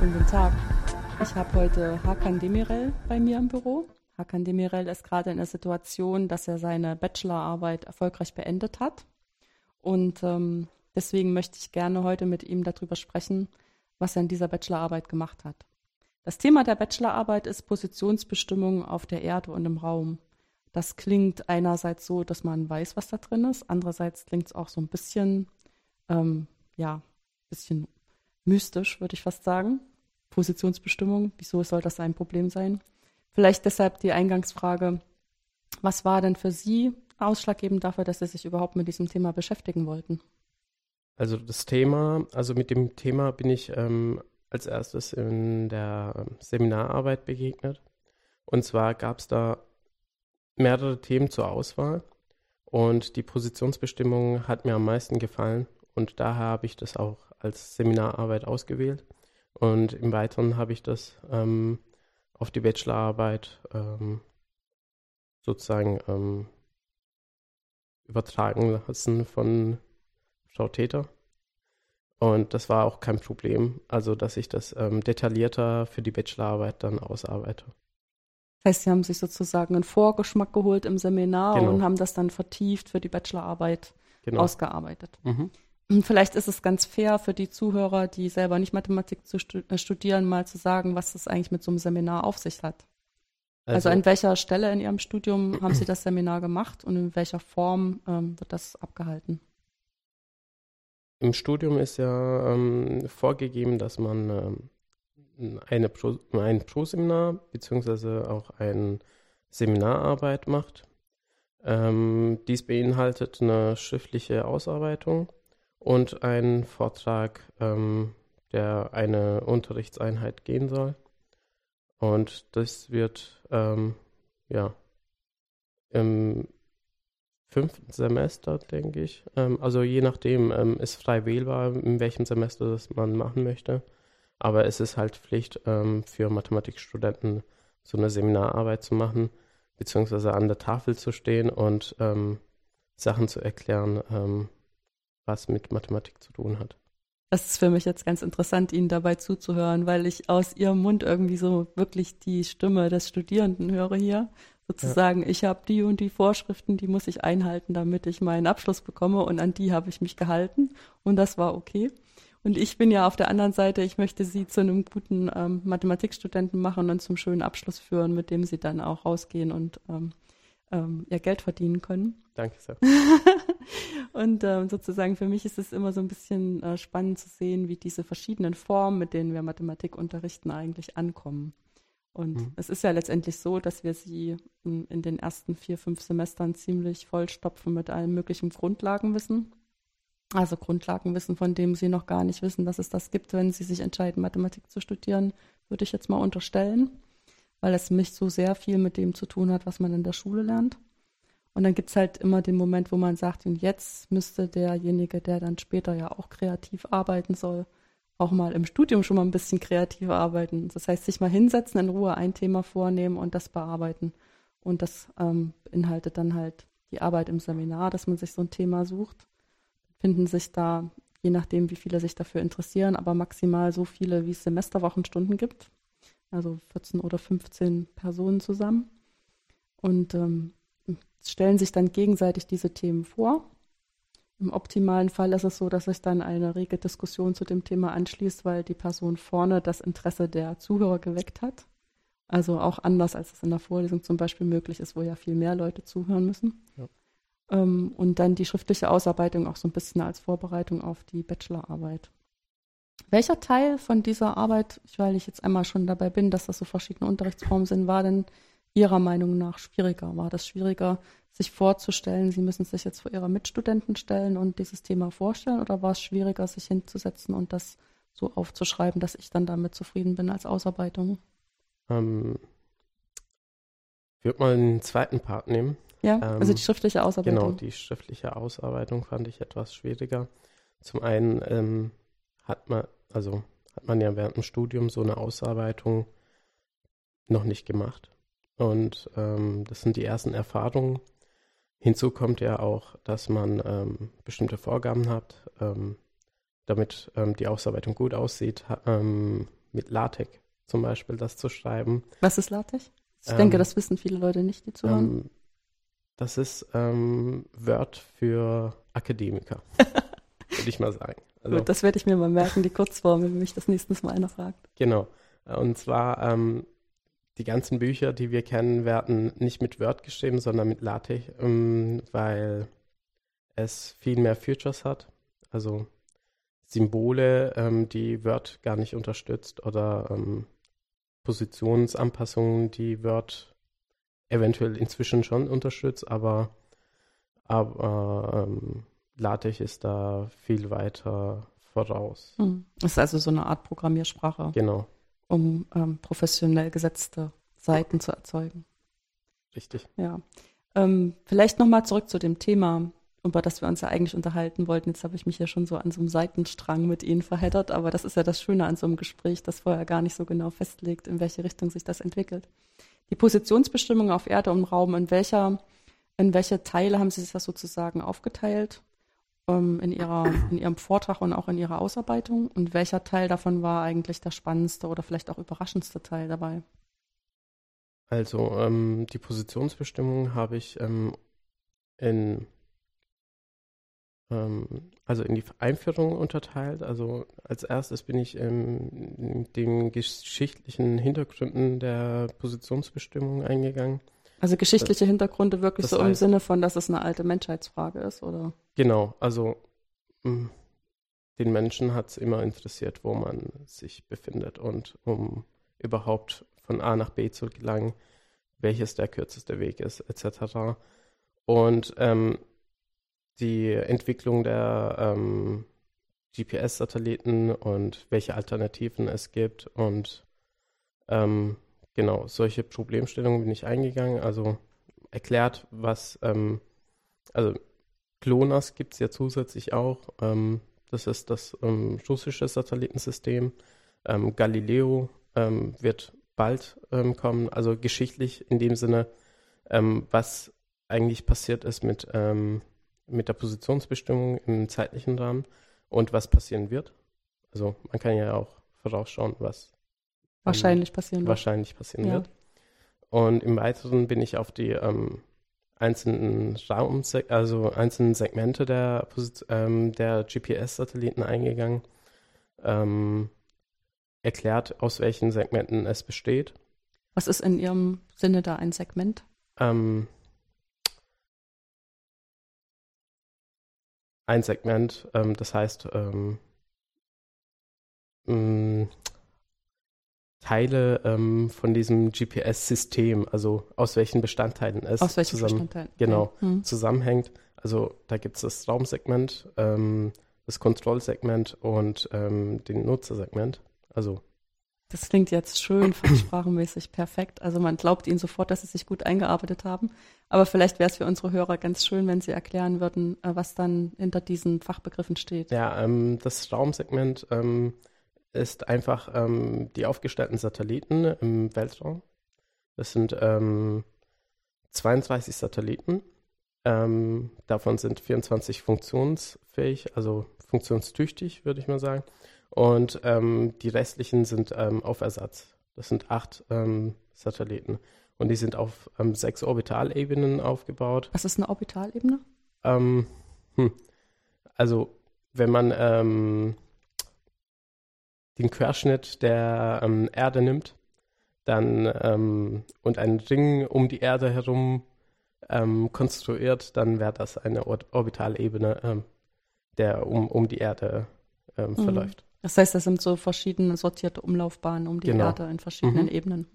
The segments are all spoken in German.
schönen guten Tag. Ich habe heute Hakan Demirel bei mir im Büro. Hakan Demirel ist gerade in der Situation, dass er seine Bachelorarbeit erfolgreich beendet hat. Und deswegen möchte ich gerne heute mit ihm darüber sprechen, was er in dieser Bachelorarbeit gemacht hat. Das Thema der Bachelorarbeit ist Positionsbestimmung auf der Erde und im Raum. Das klingt einerseits so, dass man weiß, was da drin ist. Andererseits klingt es auch so ein bisschen, bisschen mystisch, würde ich fast sagen. Positionsbestimmung, wieso soll das ein Problem sein? Vielleicht deshalb die Eingangsfrage, was war denn für Sie ausschlaggebend dafür, dass Sie sich überhaupt mit diesem Thema beschäftigen wollten? Also mit dem Thema bin ich als erstes in der Seminararbeit begegnet. Und zwar gab es da mehrere Themen zur Auswahl und die Positionsbestimmung hat mir am meisten gefallen und daher habe ich das auch als Seminararbeit ausgewählt. Und im Weiteren habe ich das auf die Bachelorarbeit sozusagen übertragen lassen von Frau Täter. Und das war auch kein Problem, also dass ich das detaillierter für die Bachelorarbeit dann ausarbeite. Das heißt, Sie haben sich sozusagen einen Vorgeschmack geholt im Seminar Genau. und haben das dann vertieft für die Bachelorarbeit ausgearbeitet. Mhm. Vielleicht ist es ganz fair für die Zuhörer, die selber nicht Mathematik studieren, mal zu sagen, was das eigentlich mit so einem Seminar auf sich hat. Also an welcher Stelle in Ihrem Studium haben Sie das Seminar gemacht und in welcher Form wird das abgehalten? Im Studium ist ja vorgegeben, dass man ein Proseminar beziehungsweise auch eine Seminararbeit macht. Dies beinhaltet eine schriftliche Ausarbeitung und einen Vortrag, der eine Unterrichtseinheit gehen soll. Und das wird im 5. Semester, denke ich. Also je nachdem ist frei wählbar, in welchem Semester das man machen möchte. Aber es ist halt Pflicht für Mathematikstudenten, so eine Seminararbeit zu machen, beziehungsweise an der Tafel zu stehen und Sachen zu erklären, was mit Mathematik zu tun hat. Das ist für mich jetzt ganz interessant, Ihnen dabei zuzuhören, weil ich aus Ihrem Mund irgendwie so wirklich die Stimme des Studierenden höre hier. Sozusagen, ja. Ich habe die und die Vorschriften, die muss ich einhalten, damit ich meinen Abschluss bekomme und an die habe ich mich gehalten und das war okay. Und ich bin ja auf der anderen Seite, ich möchte Sie zu einem guten Mathematikstudenten machen und zum schönen Abschluss führen, mit dem Sie dann auch rausgehen und Ihr Geld verdienen können. Danke sehr. Und sozusagen für mich ist es immer so ein bisschen spannend zu sehen, wie diese verschiedenen Formen, mit denen wir Mathematik unterrichten, eigentlich ankommen. Und es ist ja letztendlich so, dass wir sie in den ersten 4, 5 Semestern ziemlich vollstopfen mit allem möglichen Grundlagenwissen. Also Grundlagenwissen, von dem Sie noch gar nicht wissen, dass es das gibt, wenn Sie sich entscheiden, Mathematik zu studieren, würde ich jetzt mal unterstellen, weil es nicht so sehr viel mit dem zu tun hat, was man in der Schule lernt. Und dann gibt es halt immer den Moment, wo man sagt, und jetzt müsste derjenige, der dann später ja auch kreativ arbeiten soll, auch mal im Studium schon mal ein bisschen kreativ arbeiten. Das heißt, sich mal hinsetzen, in Ruhe ein Thema vornehmen und das bearbeiten. Und das beinhaltet dann halt die Arbeit im Seminar, dass man sich so ein Thema sucht. Finden sich da, je nachdem, wie viele sich dafür interessieren, aber maximal so viele, wie es Semesterwochenstunden gibt. Also 14 oder 15 Personen zusammen. Und stellen sich dann gegenseitig diese Themen vor. Im optimalen Fall ist es so, dass sich dann eine rege Diskussion zu dem Thema anschließt, weil die Person vorne das Interesse der Zuhörer geweckt hat. Also auch anders, als es in der Vorlesung zum Beispiel möglich ist, wo ja viel mehr Leute zuhören müssen. Ja. Und dann die schriftliche Ausarbeitung auch so ein bisschen als Vorbereitung auf die Bachelorarbeit. Welcher Teil von dieser Arbeit, weil ich jetzt einmal schon dabei bin, dass das so verschiedene Unterrichtsformen sind, war denn Ihrer Meinung nach schwieriger? War das schwieriger, sich vorzustellen, Sie müssen sich jetzt vor Ihrer Mitstudenten stellen und dieses Thema vorstellen, oder war es schwieriger, sich hinzusetzen und das so aufzuschreiben, dass ich dann damit zufrieden bin als Ausarbeitung? Ich würde mal einen zweiten Part nehmen. Ja, also die schriftliche Ausarbeitung. Genau, die schriftliche Ausarbeitung fand ich etwas schwieriger. Zum einen hat man ja während dem Studium so eine Ausarbeitung noch nicht gemacht. Und das sind die ersten Erfahrungen. Hinzu kommt ja auch, dass man bestimmte Vorgaben hat, damit die Ausarbeitung gut aussieht, mit LaTeX zum Beispiel das zu schreiben. Was ist LaTeX? Ich denke, das wissen viele Leute nicht, die zuhören. Das ist Word für Akademiker, würde ich mal sagen. Also, gut, das werde ich mir mal merken, die Kurzform, wenn mich das nächstes Mal einer fragt. Genau. Und zwar die ganzen Bücher, die wir kennen, werden nicht mit Word geschrieben, sondern mit LaTeX, weil es viel mehr Features hat. Also Symbole, die Word gar nicht unterstützt oder Positionsanpassungen, die Word eventuell inzwischen schon unterstützt, aber LaTeX ist da viel weiter voraus. Das ist also so eine Art Programmiersprache. Genau. Um professionell gesetzte Seiten zu erzeugen. Richtig. Ja. Vielleicht nochmal zurück zu dem Thema, über das wir uns ja eigentlich unterhalten wollten. Jetzt habe ich mich ja schon so an so einem Seitenstrang mit Ihnen verheddert, aber das ist ja das Schöne an so einem Gespräch, das vorher gar nicht so genau festlegt, in welche Richtung sich das entwickelt. Die Positionsbestimmung auf Erde und Raum, in welche Teile haben Sie sich das sozusagen aufgeteilt? In Ihrem Vortrag und auch in Ihrer Ausarbeitung? Und welcher Teil davon war eigentlich der spannendste oder vielleicht auch überraschendste Teil dabei? Also die Positionsbestimmung habe ich in die Einführung unterteilt. Also als erstes bin ich in den geschichtlichen Hintergründen der Positionsbestimmung eingegangen. Also geschichtliche Hintergründe wirklich so im Sinne von, dass es eine alte Menschheitsfrage ist, oder? Genau, also den Menschen hat es immer interessiert, wo man sich befindet und um überhaupt von A nach B zu gelangen, welches der kürzeste Weg ist, etc. Und die Entwicklung der GPS-Satelliten und welche Alternativen es gibt und genau, solche Problemstellungen bin ich eingegangen, also erklärt, was, also GLONASS gibt es ja zusätzlich auch, das ist das russische Satellitensystem, Galileo wird bald kommen, also geschichtlich in dem Sinne, was eigentlich passiert ist mit der Positionsbestimmung im zeitlichen Rahmen und was passieren wird. Also man kann ja auch vorausschauen, was wahrscheinlich passieren wird. Und im Weiteren bin ich auf die einzelnen Segmente der GPS-Satelliten eingegangen, erklärt, aus welchen Segmenten es besteht. Was ist in Ihrem Sinne da ein Segment? Ein Segment, das heißt Teile von diesem GPS-System, also aus welchen Bestandteilen es zusammenhängt. Also da gibt es das Raumsegment, das Kontrollsegment und den Nutzersegment. Also das klingt jetzt schön fachsprachenmäßig perfekt. Also man glaubt Ihnen sofort, dass Sie sich gut eingearbeitet haben. Aber vielleicht wäre es für unsere Hörer ganz schön, wenn Sie erklären würden, was dann hinter diesen Fachbegriffen steht. Ja, das Raumsegment ist einfach die aufgestellten Satelliten im Weltraum. Das sind 22 Satelliten. Davon sind 24 funktionsfähig, also funktionstüchtig, würde ich mal sagen. Und die restlichen sind auf Ersatz. Das sind 8 Satelliten. Und die sind auf 6 Orbitalebenen aufgebaut. Was ist eine Orbitalebene? Also wenn man den Querschnitt der Erde nimmt, dann und einen Ring um die Erde herum konstruiert, dann wäre das eine Orbitalebene, der um die Erde verläuft. Das heißt, das sind so verschiedene sortierte Umlaufbahnen um die Erde in verschiedenen Ebenen.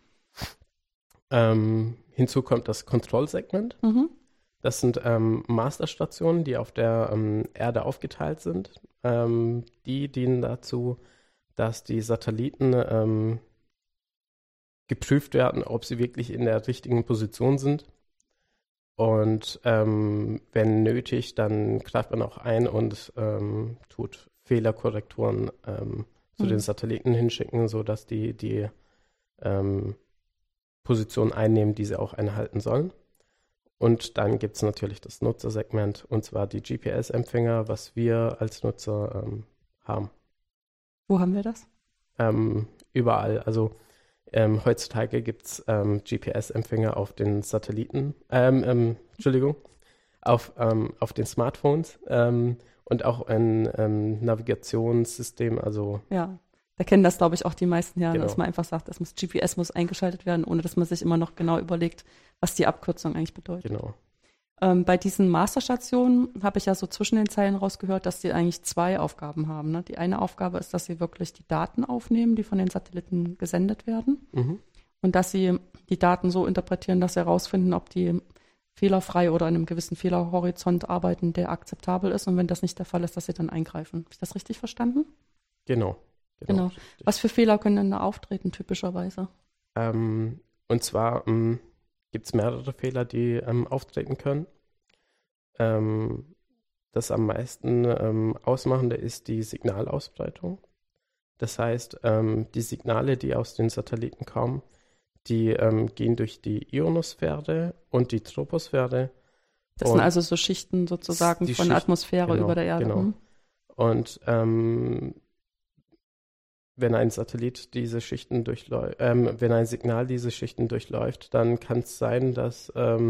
Hinzu kommt das Kontrollsegment. Das sind Masterstationen, die auf der Erde aufgeteilt sind. Die dienen dazu, dass die Satelliten geprüft werden, ob sie wirklich in der richtigen Position sind. Und wenn nötig, dann greift man auch ein und tut Fehlerkorrekturen zu den Satelliten hinschicken, sodass die Position einnehmen, die sie auch einhalten sollen. Und dann gibt es natürlich das Nutzersegment, und zwar die GPS-Empfänger, was wir als Nutzer haben. Wo haben wir das? überall. Also heutzutage gibt es GPS-Empfänger auf den Satelliten, Entschuldigung, auf den Smartphones und auch ein Navigationssystem, also Ja, da kennen das, glaube ich, auch die meisten, ja, genau. dass man einfach sagt, GPS muss eingeschaltet werden, ohne dass man sich immer noch genau überlegt, was die Abkürzung eigentlich bedeutet. Genau. Bei diesen Masterstationen habe ich ja so zwischen den Zeilen rausgehört, dass sie eigentlich 2 Aufgaben haben. Ne? Die eine Aufgabe ist, dass sie wirklich die Daten aufnehmen, die von den Satelliten gesendet werden. Mhm. Und dass sie die Daten so interpretieren, dass sie herausfinden, ob die fehlerfrei oder in einem gewissen Fehlerhorizont arbeiten, der akzeptabel ist. Und wenn das nicht der Fall ist, dass sie dann eingreifen. Habe ich das richtig verstanden? Genau. Genau. Was für Fehler können denn da auftreten, typischerweise? Und zwar gibt es mehrere Fehler, die auftreten können. Das am meisten Ausmachende ist die Signalausbreitung. Das heißt, die Signale, die aus den Satelliten kommen, die gehen durch die Ionosphäre und die Troposphäre. Das sind also so Schichten sozusagen von der Atmosphäre genau, über der Erde. Genau. Und wenn ein Satellit diese Schichten durchläuft, wenn ein Signal diese Schichten durchläuft, dann kann es sein, dass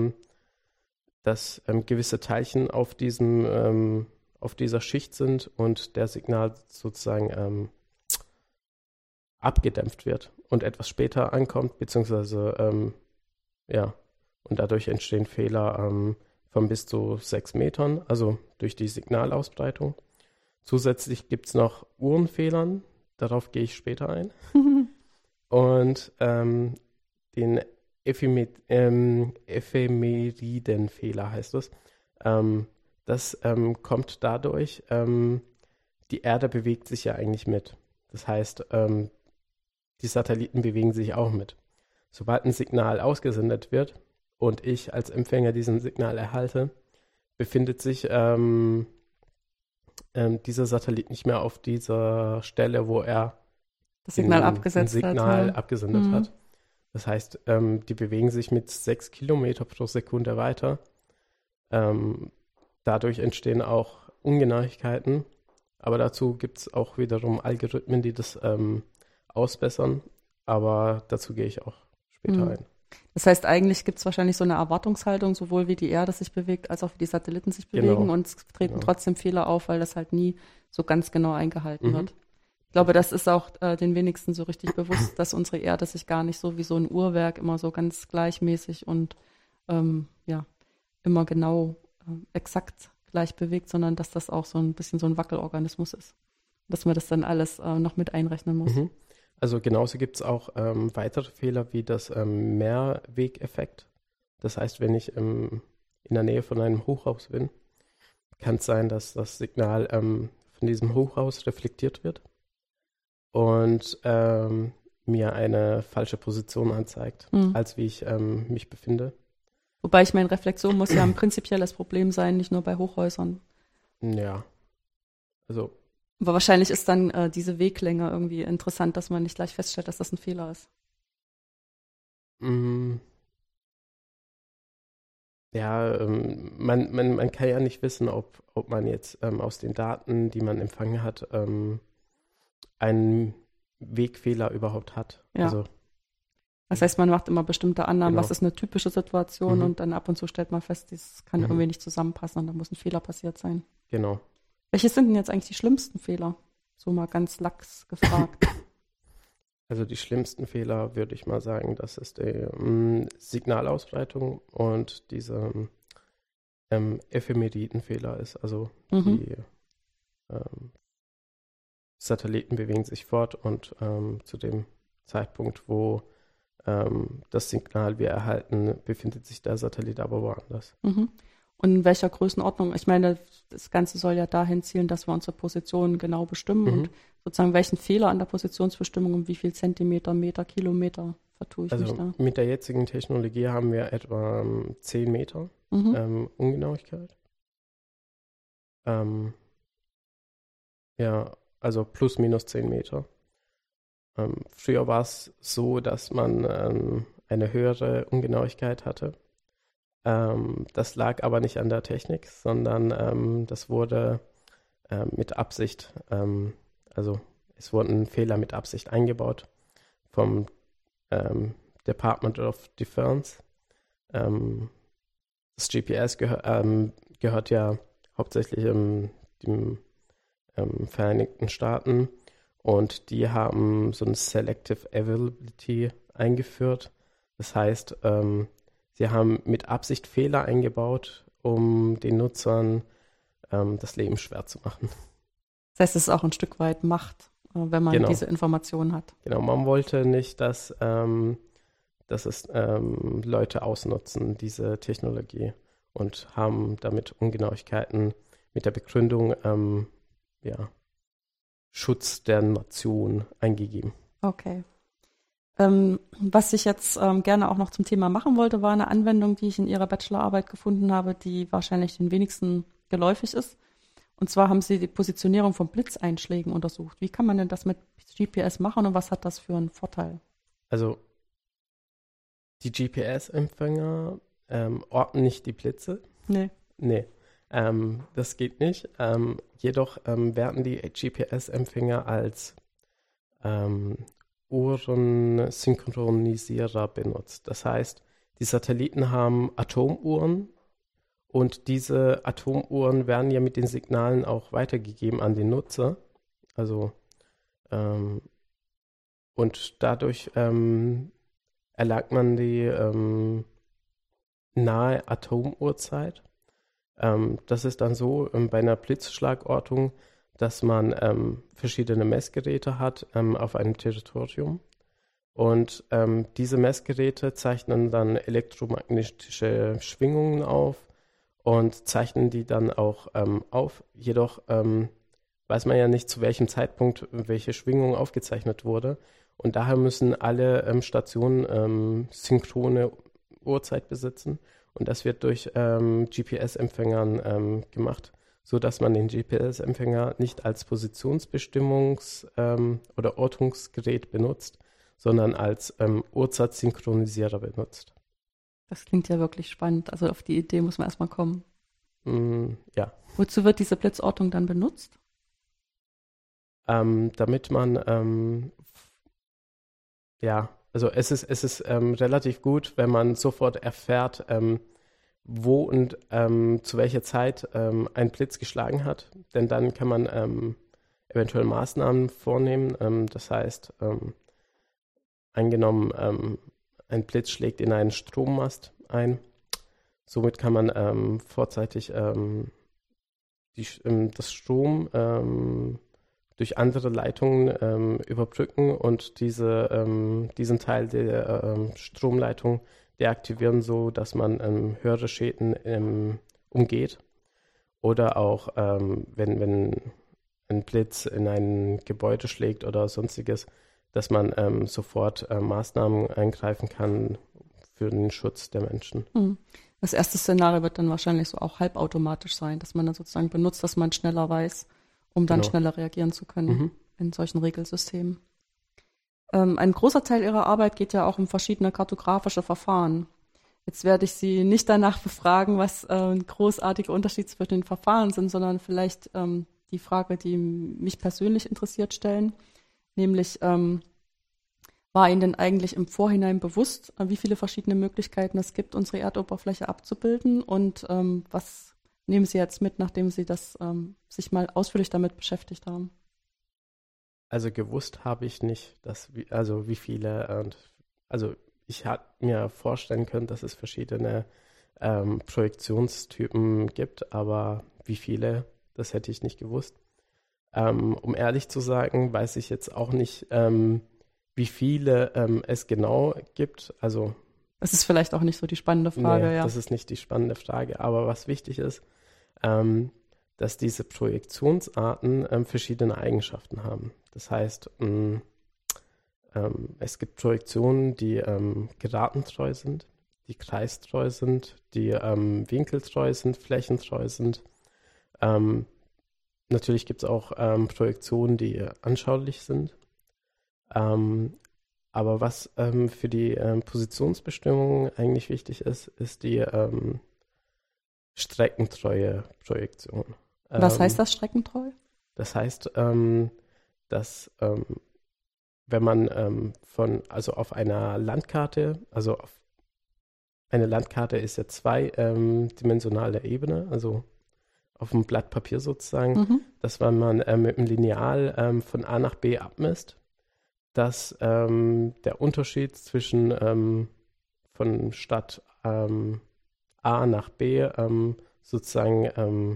gewisse Teilchen auf dieser Schicht sind und der Signal sozusagen abgedämpft wird und etwas später ankommt, beziehungsweise und dadurch entstehen Fehler von bis zu 6 Metern, also durch die Signalausbreitung. Zusätzlich gibt es noch Uhrenfehlern, darauf gehe ich später ein. Und den Ephemeridenfehler heißt es. Das kommt dadurch, die Erde bewegt sich ja eigentlich mit. Das heißt, die Satelliten bewegen sich auch mit. Sobald ein Signal ausgesendet wird und ich als Empfänger diesen Signal erhalte, befindet sich dieser Satellit nicht mehr auf dieser Stelle, wo er das Signal abgesendet hat. Das heißt, die bewegen sich mit 6 Kilometer pro Sekunde weiter. Dadurch entstehen auch Ungenauigkeiten, aber dazu gibt es auch wiederum Algorithmen, die das ausbessern, aber dazu gehe ich auch später ein. Das heißt, eigentlich gibt es wahrscheinlich so eine Erwartungshaltung, sowohl wie die Erde sich bewegt, als auch wie die Satelliten sich bewegen, und es treten trotzdem Fehler auf, weil das halt nie so ganz genau eingehalten wird. Ich glaube, das ist auch den wenigsten so richtig bewusst, dass unsere Erde sich gar nicht so wie so ein Uhrwerk immer so ganz gleichmäßig und immer genau exakt gleich bewegt, sondern dass das auch so ein bisschen so ein Wackelorganismus ist. Dass man das dann alles noch mit einrechnen muss. Also genauso gibt es auch weitere Fehler wie das Mehrwegeffekt. Das heißt, wenn ich in der Nähe von einem Hochhaus bin, kann es sein, dass das Signal von diesem Hochhaus reflektiert wird und mir eine falsche Position anzeigt, als wie ich mich befinde. Wobei ich meine, Reflexion muss ja ein prinzipielles Problem sein, nicht nur bei Hochhäusern. Ja, also aber wahrscheinlich ist dann diese Weglänge irgendwie interessant, dass man nicht gleich feststellt, dass das ein Fehler ist. Ja, man kann ja nicht wissen, ob man jetzt aus den Daten, die man empfangen hat, einen Wegfehler überhaupt hat. Ja. Also, das heißt, man macht immer bestimmte Annahmen, Genau. was ist eine typische Situation, und dann ab und zu stellt man fest, das kann irgendwie nicht zusammenpassen und da muss ein Fehler passiert sein. Genau. Welche sind denn jetzt eigentlich die schlimmsten Fehler? So mal ganz lax gefragt. Also die schlimmsten Fehler, würde ich mal sagen, das ist die Signalausbreitung und diese Ephemeritenfehler ist. Also die Satelliten bewegen sich fort und zu dem Zeitpunkt, wo das Signal wir erhalten, befindet sich der Satellit aber woanders. Und in welcher Größenordnung? Ich meine, das Ganze soll ja dahin zielen, dass wir unsere Position genau bestimmen und sozusagen welchen Fehler an der Positionsbestimmung um wie viel Zentimeter, Meter, Kilometer vertue ich mich da? Also mit der jetzigen Technologie haben wir etwa 10 Meter Ungenauigkeit. Ja, also plus minus 10 Meter. Früher war es so, dass man eine höhere Ungenauigkeit hatte. Das lag aber nicht an der Technik, sondern das wurde mit Absicht, also es wurden Fehler mit Absicht eingebaut vom Department of Defense. Das GPS gehört ja hauptsächlich den Vereinigten Staaten und die haben so ein Selective Availability eingeführt. Das heißt, sie haben mit Absicht Fehler eingebaut, um den Nutzern das Leben schwer zu machen. Das heißt, es ist auch ein Stück weit Macht, wenn man diese Informationen hat. Genau, man wollte nicht, dass es Leute ausnutzen, diese Technologie, und haben damit Ungenauigkeiten mit der Begründung Schutz der Nation eingegeben. Okay. Was ich jetzt gerne auch noch zum Thema machen wollte, war eine Anwendung, die ich in Ihrer Bachelorarbeit gefunden habe, die wahrscheinlich den wenigsten geläufig ist. Und zwar haben Sie die Positionierung von Blitzeinschlägen untersucht. Wie kann man denn das mit GPS machen und was hat das für einen Vorteil? Also die GPS-Empfänger orten nicht die Blitze. Nee. Das geht nicht. Jedoch werden die GPS-Empfänger als Uhrensynchronisierer benutzt. Das heißt, die Satelliten haben Atomuhren und diese Atomuhren werden ja mit den Signalen auch weitergegeben an den Nutzer. Also und dadurch erlangt man die nahe Atomuhrzeit. Das ist dann so bei einer Blitzschlagortung, dass man verschiedene Messgeräte hat auf einem Territorium. Und diese Messgeräte zeichnen dann elektromagnetische Schwingungen auf und zeichnen die dann auch auf. Jedoch weiß man ja nicht, zu welchem Zeitpunkt welche Schwingung aufgezeichnet wurde. Und daher müssen alle Stationen synchrone Uhrzeit besitzen. Und das wird durch GPS-Empfängern gemacht, sodass man den GPS-Empfänger nicht als Positionsbestimmungs- oder Ortungsgerät benutzt, sondern als Uhrzeit-Synchronisierer benutzt. Das klingt ja wirklich spannend. Also auf die Idee muss man erstmal kommen. Ja. Wozu wird diese Blitzortung dann benutzt? Damit man also es ist relativ gut, wenn man sofort erfährt, wo und zu welcher Zeit ein Blitz geschlagen hat. Denn dann kann man eventuell Maßnahmen vornehmen. Das heißt, angenommen, ein Blitz schlägt in einen Strommast ein. Somit kann man vorzeitig das Strom durch andere Leitungen überbrücken und diesen Teil der Stromleitung deaktivieren, so dass man höhere Schäden umgeht. Oder auch, wenn ein Blitz in ein Gebäude schlägt oder sonstiges, dass man sofort Maßnahmen eingreifen kann für den Schutz der Menschen. Das erste Szenario wird dann wahrscheinlich so auch halbautomatisch sein, dass man dann sozusagen benutzt, dass man schneller weiß, um dann schneller reagieren zu können in solchen Regelsystemen. Ein großer Teil Ihrer Arbeit geht ja auch um verschiedene kartografische Verfahren. Jetzt werde ich Sie nicht danach befragen, was großartige Unterschiede zwischen den Verfahren sind, sondern vielleicht die Frage, die mich persönlich interessiert, stellen. Nämlich, war Ihnen denn eigentlich im Vorhinein bewusst, wie viele verschiedene Möglichkeiten es gibt, unsere Erdoberfläche abzubilden? Und was nehmen Sie jetzt mit, nachdem Sie das sich mal ausführlich damit beschäftigt haben? Also gewusst habe ich nicht, wie viele, also ich hatte mir vorstellen können, dass es verschiedene Projektionstypen gibt, aber wie viele, das hätte ich nicht gewusst. Um ehrlich zu sagen, weiß ich jetzt auch nicht, wie viele es genau gibt. Also das ist vielleicht auch nicht so die spannende Frage, nee, ja. Das ist nicht die spannende Frage, aber was wichtig ist, dass diese Projektionsarten verschiedene Eigenschaften haben. Das heißt, es gibt Projektionen, die geradentreu sind, die kreistreu sind, die winkeltreu sind, flächentreu sind. Natürlich gibt es auch Projektionen, die anschaulich sind. Aber was für die Positionsbestimmung eigentlich wichtig ist, ist die streckentreue Projektion. Was heißt das, streckentreu? Das heißt, dass wenn man also auf einer Landkarte, also auf eine Landkarte ist ja zweidimensionale Ebene, also auf einem Blatt Papier sozusagen, dass wenn man mit einem Lineal von A nach B abmisst, dass der Unterschied zwischen von Stadt A nach B sozusagen,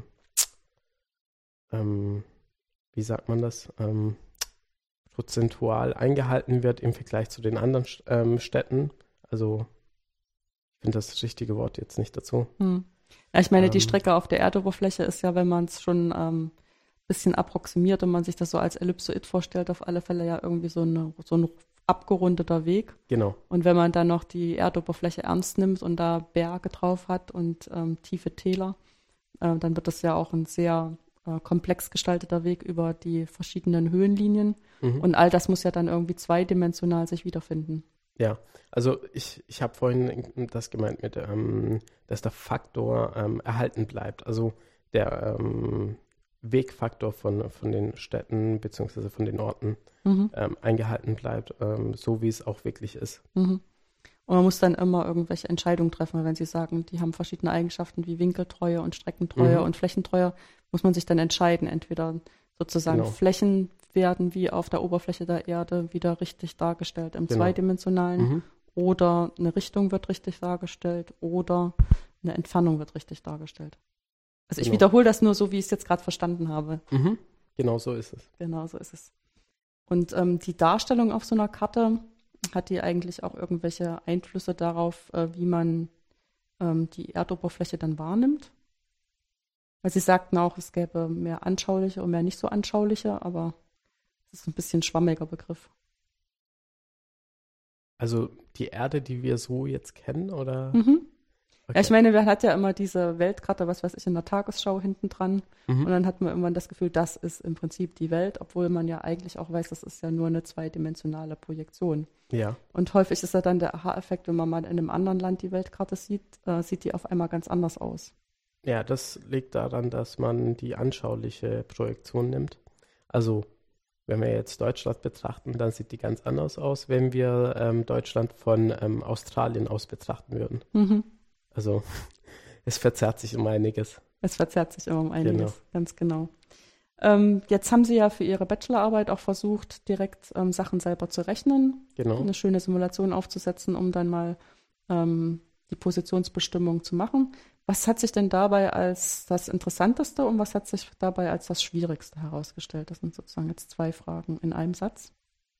wie sagt man das, prozentual eingehalten wird im Vergleich zu den anderen Städten. Also ich finde das richtige Wort jetzt nicht dazu. Ja, ich meine, die Strecke auf der Erdoberfläche ist ja, wenn man es schon ein bisschen approximiert und man sich das so als Ellipsoid vorstellt, auf alle Fälle ja irgendwie so ein abgerundeter Weg. Genau. Und wenn man dann noch die Erdoberfläche ernst nimmt und da Berge drauf hat und tiefe Täler, dann wird das ja auch ein sehr komplex gestalteter Weg über die verschiedenen Höhenlinien. Und all das muss ja dann irgendwie zweidimensional sich wiederfinden. Ja, also ich habe vorhin das gemeint mit, dass der Faktor erhalten bleibt. Also der Wegfaktor von den Städten bzw. von den Orten eingehalten bleibt, so wie es auch wirklich ist. Und man muss dann immer irgendwelche Entscheidungen treffen, wenn Sie sagen, die haben verschiedene Eigenschaften wie Winkeltreue und Streckentreue und Flächentreue, muss man sich dann entscheiden, entweder sozusagen Flächen werden wie auf der Oberfläche der Erde wieder richtig dargestellt im Zweidimensionalen oder eine Richtung wird richtig dargestellt oder eine Entfernung wird richtig dargestellt. Also ich wiederhole das nur so, wie ich es jetzt gerade verstanden habe. Genau so ist es. Genau so ist es. Und die Darstellung auf so einer Karte, hat die eigentlich auch irgendwelche Einflüsse darauf, wie man die Erdoberfläche dann wahrnimmt? Weil Sie sagten auch, es gäbe mehr anschauliche und mehr nicht so anschauliche, aber das ist ein bisschen ein schwammiger Begriff. Also die Erde, die wir so jetzt kennen, oder? Ja, ich meine, man hat ja immer diese Weltkarte, was weiß ich, in der Tagesschau hinten dran. Und dann hat man irgendwann das Gefühl, das ist im Prinzip die Welt, obwohl man ja eigentlich auch weiß, das ist ja nur eine zweidimensionale Projektion. Ja. Und häufig ist ja dann der Aha-Effekt, wenn man mal in einem anderen Land die Weltkarte sieht, sieht die auf einmal ganz anders aus. Ja, das liegt daran, dass man die anschauliche Projektion nimmt. Also wenn wir jetzt Deutschland betrachten, dann sieht die ganz anders aus, wenn wir Deutschland von Australien aus betrachten würden. Also es verzerrt sich um einiges. Es verzerrt sich immer um einiges, Genau. ganz genau. Jetzt haben Sie ja für Ihre Bachelorarbeit auch versucht, direkt Sachen selber zu rechnen, Genau. eine schöne Simulation aufzusetzen, um dann mal die Positionsbestimmung zu machen. Was hat sich denn dabei als das Interessanteste und was hat sich dabei als das Schwierigste herausgestellt? Das sind sozusagen jetzt 2 Fragen in einem Satz.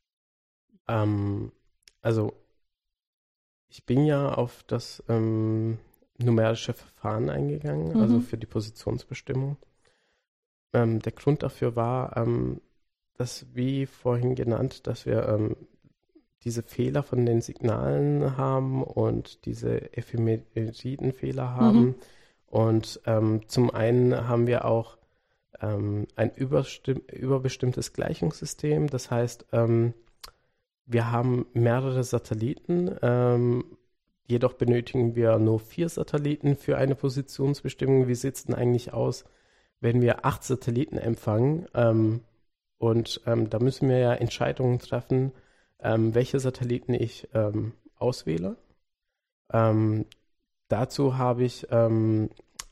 Also ich bin ja auf das numerische Verfahren eingegangen, also für die Positionsbestimmung. Der Grund dafür war, dass, wie vorhin genannt, dass wir diese Fehler von den Signalen haben und diese Ephemeriden-Fehler haben. Und zum einen haben wir auch ein überbestimmtes Gleichungssystem. Das heißt, wir haben mehrere Satelliten, jedoch benötigen wir nur 4 Satelliten für eine Positionsbestimmung. Wie sieht es denn eigentlich aus, wenn wir 8 Satelliten empfangen? Da müssen wir ja Entscheidungen treffen, welche Satelliten ich auswähle. Dazu habe ich, also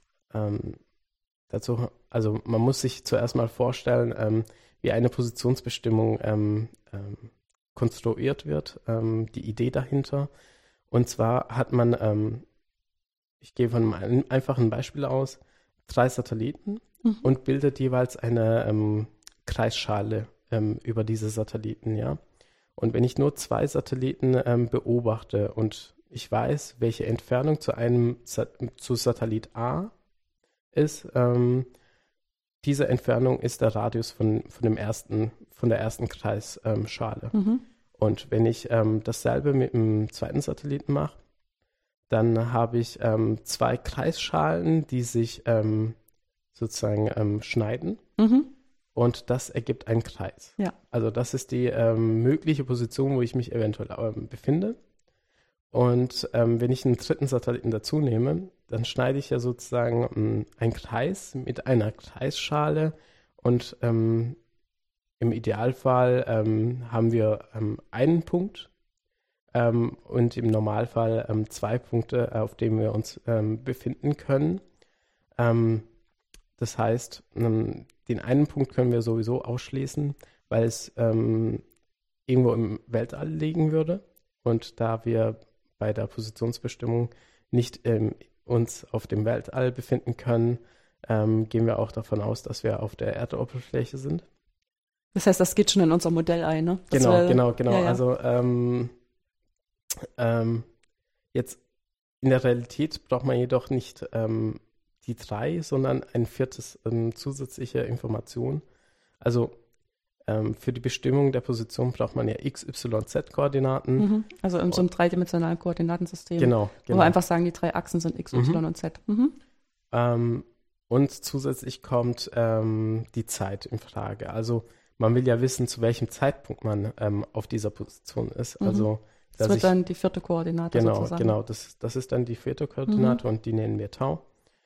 man muss sich zuerst mal vorstellen, wie eine Positionsbestimmung konstruiert wird, die Idee dahinter. Und zwar hat man, ich gehe von einem einfachen Beispiel aus, 3 Satelliten und bildet jeweils eine Kreisschale über diese Satelliten, ja. Und wenn ich nur 2 Satelliten beobachte und ich weiß, welche Entfernung zu Satellit A ist, diese Entfernung ist der Radius von der ersten Kreisschale. Und wenn ich dasselbe mit dem zweiten Satelliten mache, dann habe ich 2 Kreisschalen, die sich sozusagen schneiden. Und das ergibt einen Kreis. Ja. Also das ist die mögliche Position, wo ich mich eventuell befinde. Und wenn ich einen dritten Satelliten dazu nehme, dann schneide ich ja sozusagen einen Kreis mit einer Kreisschale und im im Idealfall haben wir einen Punkt und im Normalfall 2 Punkte, auf denen wir uns befinden können. Das heißt, den einen Punkt können wir sowieso ausschließen, weil es irgendwo im Weltall liegen würde. Und da wir bei der Positionsbestimmung nicht uns auf dem Weltall befinden können, gehen wir auch davon aus, dass wir auf der Erdoberfläche sind. Das heißt, das geht schon in unser Modell ein, ne? Genau. Ja, ja. Also jetzt in der Realität braucht man jedoch nicht die 3, sondern ein 4. Zusätzliche Information. Also für die Bestimmung der Position braucht man ja X, Y, Z-Koordinaten. Also in so einem dreidimensionalen Koordinatensystem. Genau. Wo wir einfach sagen, die 3 Achsen sind X, Y und Z. Und zusätzlich kommt die Zeit in Frage. Also man will ja wissen, zu welchem Zeitpunkt man auf dieser Position ist. Also das wird dann die 4. Koordinate sozusagen. Genau, das ist dann die 4. Koordinate und die nennen wir Tau.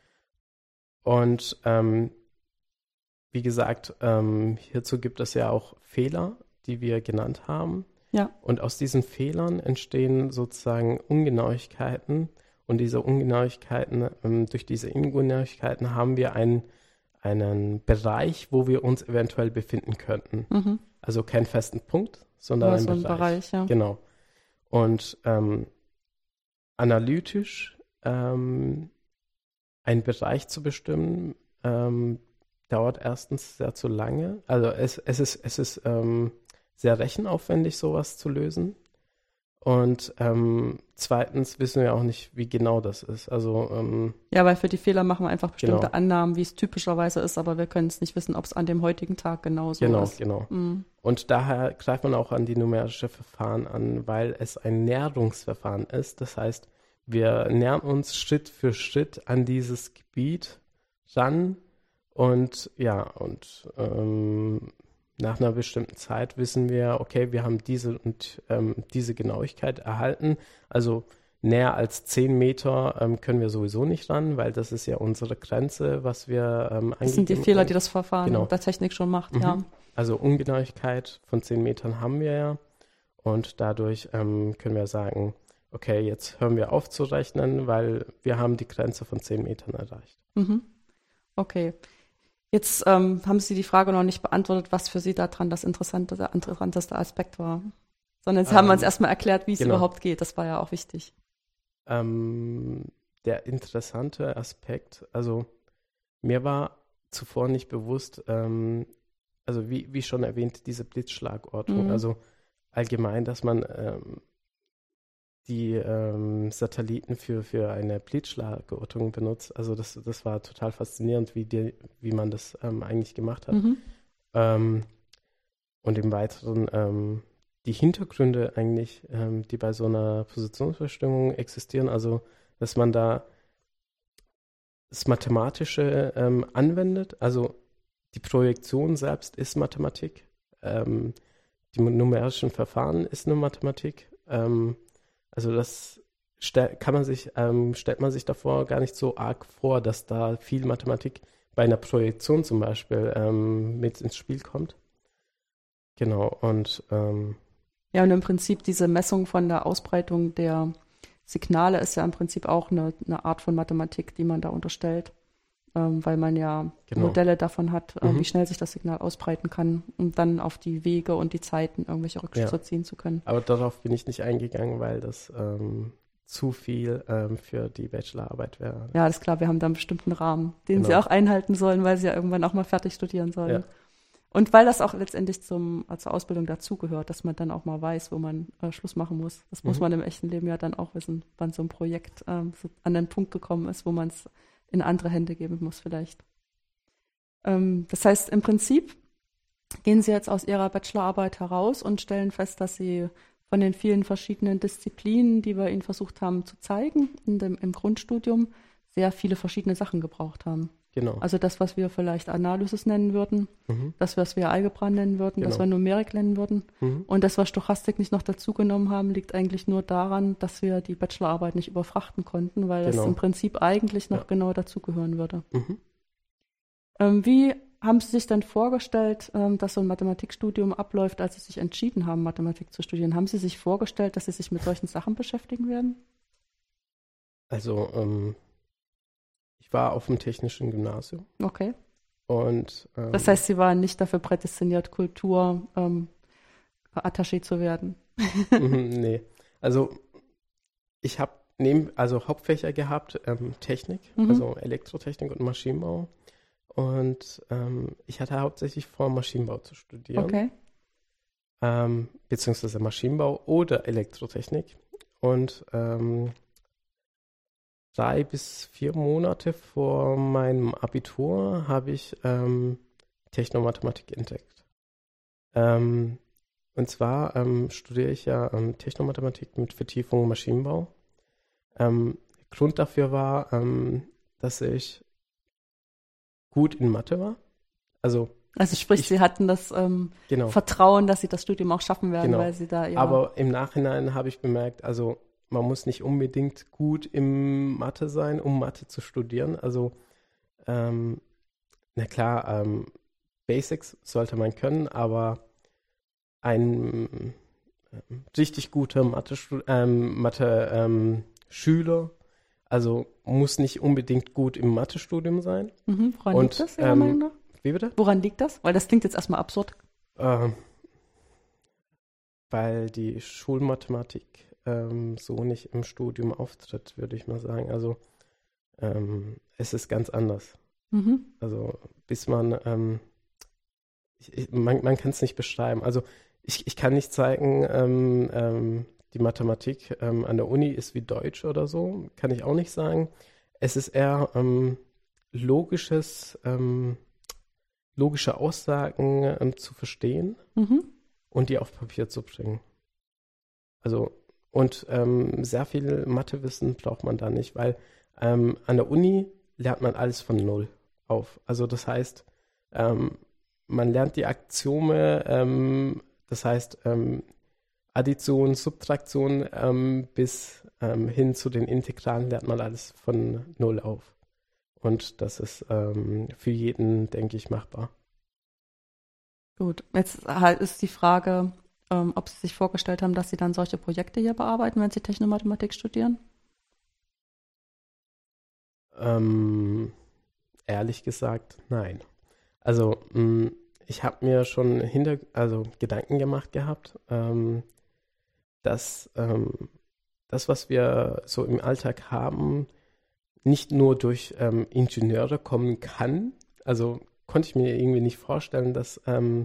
Und wie gesagt, hierzu gibt es ja auch Fehler, die wir genannt haben. Ja. Und aus diesen Fehlern entstehen sozusagen Ungenauigkeiten. Und diese Ungenauigkeiten, durch diese Ungenauigkeiten haben wir einen Bereich, wo wir uns eventuell befinden könnten. Also keinen festen Punkt, sondern einen Bereich. Ja. Genau. Und analytisch einen Bereich zu bestimmen, dauert erstens sehr zu lange. Also es ist sehr rechenaufwendig, sowas zu lösen. Und zweitens wissen wir auch nicht, wie genau das ist. Also ja, weil für die Fehler machen wir einfach bestimmte Annahmen, wie es typischerweise ist, aber wir können es nicht wissen, ob es an dem heutigen Tag genauso ist. Genau. Und daher greift man auch an die numerische Verfahren an, weil es ein Näherungsverfahren ist. Das heißt, wir nähern uns Schritt für Schritt an dieses Gebiet ran und nach einer bestimmten Zeit wissen wir, okay, wir haben diese und diese Genauigkeit erhalten. Also näher als 10 Meter können wir sowieso nicht ran, weil das ist ja unsere Grenze, was wir angegeben haben. Das sind die Fehler, die das Verfahren der Technik schon macht, ja. Also Ungenauigkeit von 10 Metern haben wir ja. Und dadurch können wir sagen, okay, jetzt hören wir auf zu rechnen, weil wir haben die Grenze von 10 Metern erreicht. Okay. Jetzt haben Sie die Frage noch nicht beantwortet, was für Sie daran der interessanteste Aspekt war. Sondern Sie haben uns erstmal erklärt, wie es überhaupt geht. Das war ja auch wichtig. Der interessante Aspekt, also mir war zuvor nicht bewusst, also wie schon erwähnt, diese Blitzschlagortung, also allgemein, dass man die Satelliten für eine Blitzschlagortung benutzt. Also das war total faszinierend, wie man das eigentlich gemacht hat. Und im Weiteren die Hintergründe eigentlich, die bei so einer Positionsbestimmung existieren, also dass man da das Mathematische anwendet, also die Projektion selbst ist Mathematik, die numerischen Verfahren ist eine Mathematik, also das stellt man sich davor gar nicht so arg vor, dass da viel Mathematik bei einer Projektion zum Beispiel mit ins Spiel kommt. Genau, und ja, und im Prinzip diese Messung von der Ausbreitung der Signale ist ja im Prinzip auch eine Art von Mathematik, die man da unterstellt, weil man ja Modelle davon hat, wie schnell sich das Signal ausbreiten kann, um dann auf die Wege und die Zeiten irgendwelche Rückschlüsse ziehen zu können. Aber darauf bin ich nicht eingegangen, weil das zu viel für die Bachelorarbeit wäre. Ja, das ist klar, wir haben da einen bestimmten Rahmen, den Sie auch einhalten sollen, weil Sie ja irgendwann auch mal fertig studieren sollen. Ja. Und weil das auch letztendlich zur Ausbildung dazugehört, dass man dann auch mal weiß, wo man Schluss machen muss. Das muss man im echten Leben ja dann auch wissen, wann so ein Projekt so an den Punkt gekommen ist, wo man es in andere Hände geben muss vielleicht. Das heißt, im Prinzip gehen Sie jetzt aus Ihrer Bachelorarbeit heraus und stellen fest, dass Sie von den vielen verschiedenen Disziplinen, die wir Ihnen versucht haben zu zeigen im Grundstudium, sehr viele verschiedene Sachen gebraucht haben. Genau. Also das, was wir vielleicht Analysis nennen würden, das, was wir Algebra nennen würden, das wir Numerik nennen würden. Und das, was Stochastik nicht noch dazugenommen haben, liegt eigentlich nur daran, dass wir die Bachelorarbeit nicht überfrachten konnten, weil das im Prinzip eigentlich noch genau dazugehören würde. Wie haben Sie sich dann vorgestellt, dass so ein Mathematikstudium abläuft, als Sie sich entschieden haben, Mathematik zu studieren? Haben Sie sich vorgestellt, dass Sie sich mit solchen Sachen beschäftigen werden? Also, ich war auf dem technischen Gymnasium Okay. und Das heißt, Sie waren nicht dafür prädestiniert, Kultur Attaché zu werden. nee. Also, ich habe Hauptfächer gehabt, Technik, also Elektrotechnik und Maschinenbau. Und ich hatte hauptsächlich vor, Maschinenbau zu studieren. Okay. Beziehungsweise Maschinenbau oder Elektrotechnik. Und 3 bis 4 Monate vor meinem Abitur habe ich Technomathematik entdeckt. Und zwar studiere ich ja Technomathematik mit Vertiefung Maschinenbau. Grund dafür war, dass ich gut in Mathe war. Also sprich, Sie hatten das genau, Vertrauen, dass Sie das Studium auch schaffen werden, genau. weil Sie da Aber im Nachhinein habe ich bemerkt, also man muss nicht unbedingt gut im Mathe sein, um Mathe zu studieren. Also na klar, Basics sollte man können, aber ein richtig guter Mathe-Schüler, also muss nicht unbedingt gut im Mathestudium sein. Woran liegt das, Ihrer Meinung nach? Wie bitte? Woran liegt das? Weil das klingt jetzt erstmal absurd. Weil die Schulmathematik so nicht im Studium auftritt, würde ich mal sagen. Also es ist ganz anders. Also bis man kann es nicht beschreiben. Also ich kann nicht zeigen, die Mathematik an der Uni ist wie Deutsch oder so, kann ich auch nicht sagen. Es ist eher logische Aussagen zu verstehen und die auf Papier zu bringen. Also und sehr viel Mathewissen braucht man da nicht, weil an der Uni lernt man alles von Null auf. Also das heißt, man lernt die Axiome, das heißt Addition, Subtraktion bis hin zu den Integralen lernt man alles von Null auf. Und das ist für jeden, denke ich, machbar. Gut, jetzt ist die Frage, ob Sie sich vorgestellt haben, dass Sie dann solche Projekte hier bearbeiten, wenn Sie Technomathematik studieren? Ehrlich gesagt, nein. Also ich habe mir schon Gedanken gemacht gehabt, dass das, was wir so im Alltag haben, nicht nur durch Ingenieure kommen kann. Also konnte ich mir irgendwie nicht vorstellen, dass ein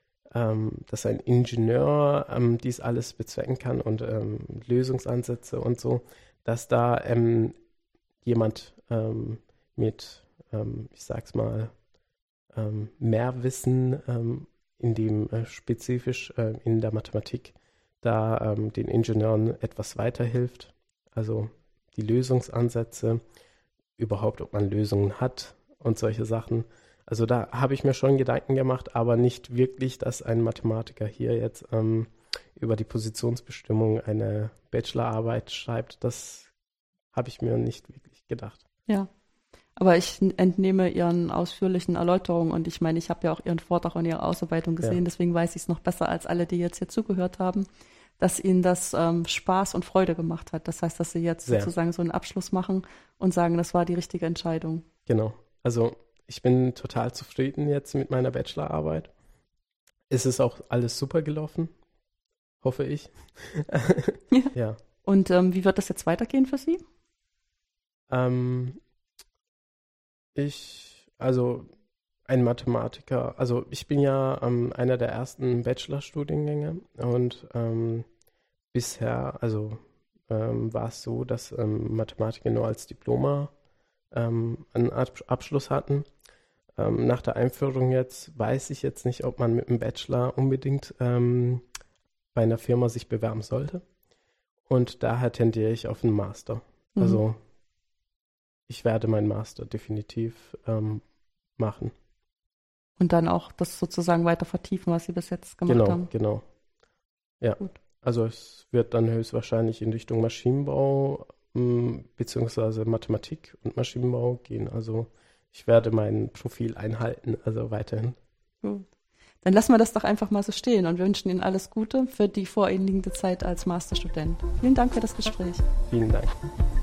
Ingenieur dies alles bezwecken kann und Lösungsansätze und so, dass da jemand mit, ich sag's mal, mehr Wissen in dem spezifisch in der Mathematik da den Ingenieuren etwas weiterhilft. Also die Lösungsansätze, überhaupt, ob man Lösungen hat und solche Sachen. Also da habe ich mir schon Gedanken gemacht, aber nicht wirklich, dass ein Mathematiker hier jetzt über die Positionsbestimmung eine Bachelorarbeit schreibt. Das habe ich mir nicht wirklich gedacht. Ja, aber ich entnehme Ihren ausführlichen Erläuterungen und ich meine, ich habe ja auch Ihren Vortrag und Ihre Ausarbeitung gesehen, deswegen weiß ich es noch besser als alle, die jetzt hier zugehört haben, dass Ihnen das Spaß und Freude gemacht hat. Das heißt, dass Sie jetzt sozusagen so einen Abschluss machen und sagen, das war die richtige Entscheidung. Genau, also ich bin total zufrieden jetzt mit meiner Bachelorarbeit. Es ist auch alles super gelaufen, hoffe ich. Ja. Und wie wird das jetzt weitergehen für Sie? Ein Mathematiker, also ich bin ja einer der ersten Bachelorstudiengänge und bisher, war es so, dass Mathematiker nur als Diploma einen Abschluss hatten. Nach der Einführung jetzt weiß ich jetzt nicht, ob man mit einem Bachelor unbedingt bei einer Firma sich bewerben sollte. Und daher tendiere ich auf einen Master. Also ich werde meinen Master definitiv machen. Und dann auch das sozusagen weiter vertiefen, was Sie bis jetzt gemacht haben. Genau. Ja, gut. Also es wird dann höchstwahrscheinlich in Richtung Maschinenbau beziehungsweise Mathematik und Maschinenbau gehen. Also ich werde mein Profil einhalten, also weiterhin. Gut. Dann lassen wir das doch einfach mal so stehen und wünschen Ihnen alles Gute für die vor Ihnen liegende Zeit als Masterstudent. Vielen Dank für das Gespräch. Vielen Dank.